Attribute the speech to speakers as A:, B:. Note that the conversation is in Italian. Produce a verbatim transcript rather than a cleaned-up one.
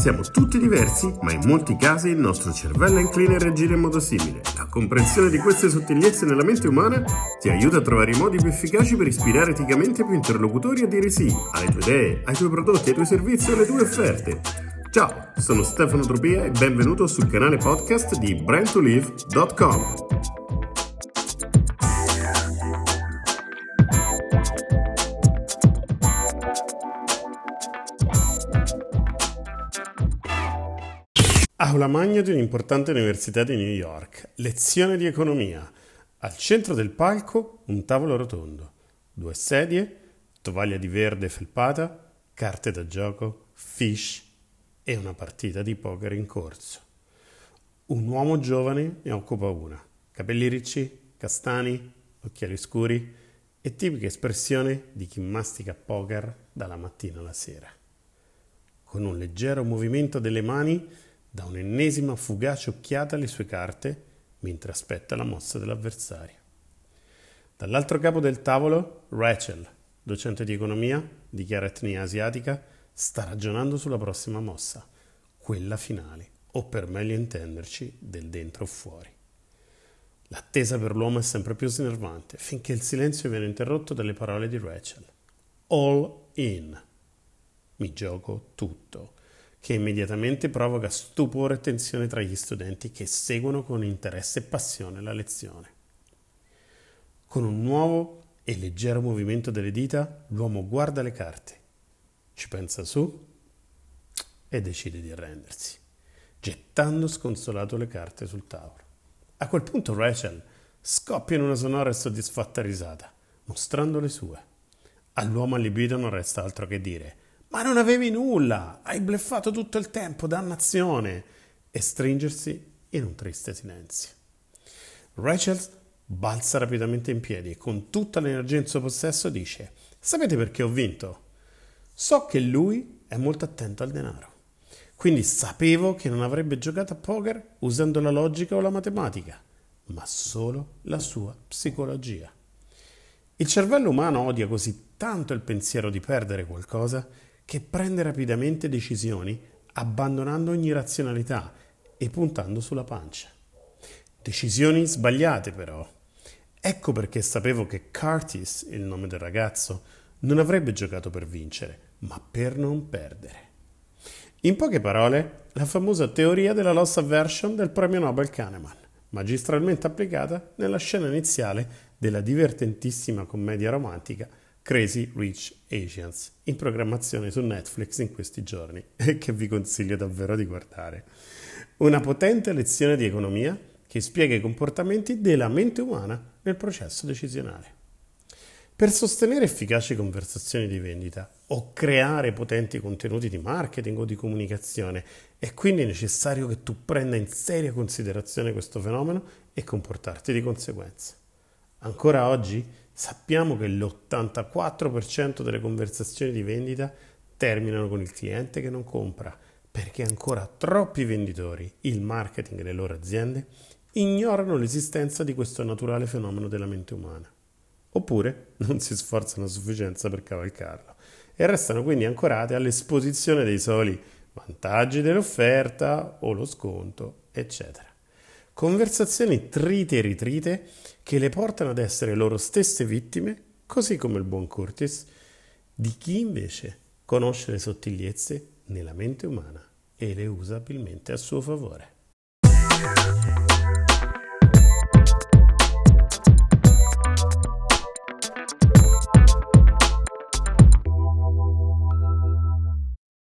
A: Siamo tutti diversi, ma in molti casi il nostro cervello è incline a reagire in modo simile. La comprensione di queste sottigliezze nella mente umana ti aiuta a trovare i modi più efficaci per ispirare eticamente più interlocutori a dire sì alle tue idee, ai tuoi prodotti, ai tuoi servizi e alle tue offerte. Ciao, sono Stefano Tropia e benvenuto sul canale podcast di brand to live punto com. Aula magna di un'importante università di New York. Lezione di economia. Al centro del palco un tavolo rotondo, due sedie, tovaglia di verde felpata, carte da gioco, fish e una partita di poker in corso. Un uomo giovane ne occupa una. Capelli ricci, castani, occhiali scuri e tipica espressione di chi mastica poker dalla mattina alla sera. Con un leggero movimento delle mani dà un'ennesima fugace occhiata alle sue carte mentre aspetta la mossa dell'avversario. Dall'altro capo del tavolo, Rachel, docente di economia, di chiara etnia asiatica, sta ragionando sulla prossima mossa, quella finale, o per meglio intenderci, del dentro o fuori. L'attesa per l'uomo è sempre più snervante, finché il silenzio viene interrotto dalle parole di Rachel. All in. Mi gioco tutto. Che immediatamente provoca stupore e tensione tra gli studenti che seguono con interesse e passione la lezione. Con un nuovo e leggero movimento delle dita, l'uomo guarda le carte, ci pensa su e decide di arrendersi, gettando sconsolato le carte sul tavolo. A quel punto Rachel scoppia in una sonora e soddisfatta risata, mostrando le sue. All'uomo allibito non resta altro che dire: «Ma non avevi nulla! Hai bleffato tutto il tempo, dannazione!» e stringersi in un triste silenzio. Rachel balza rapidamente in piedi e con tutta l'energia in suo possesso dice: «Sapete perché ho vinto? So che lui è molto attento al denaro. Quindi sapevo che non avrebbe giocato a poker usando la logica o la matematica, ma solo la sua psicologia. Il cervello umano odia così tanto il pensiero di perdere qualcosa che prende rapidamente decisioni abbandonando ogni razionalità e puntando sulla pancia. Decisioni sbagliate però. Ecco perché sapevo che Curtis, il nome del ragazzo, non avrebbe giocato per vincere, ma per non perdere. In poche parole, la famosa teoria della loss aversion del premio Nobel Kahneman, magistralmente applicata nella scena iniziale della divertentissima commedia romantica Crazy Rich Asians, in programmazione su Netflix in questi giorni e che vi consiglio davvero di guardare. Una potente lezione di economia che spiega i comportamenti della mente umana nel processo decisionale. Per sostenere efficaci conversazioni di vendita o creare potenti contenuti di marketing o di comunicazione è quindi necessario che tu prenda in seria considerazione questo fenomeno e comportarti di conseguenza. Ancora oggi sappiamo che l'ottantaquattro per cento delle conversazioni di vendita terminano con il cliente che non compra, perché ancora troppi venditori, il marketing e le loro aziende, ignorano l'esistenza di questo naturale fenomeno della mente umana. Oppure non si sforzano a sufficienza per cavalcarlo e restano quindi ancorate all'esposizione dei soli vantaggi dell'offerta o lo sconto, eccetera. Conversazioni trite e ritrite che le portano ad essere loro stesse vittime, così come il buon Curtis, di chi invece conosce le sottigliezze nella mente umana e le usa abilmente a suo favore.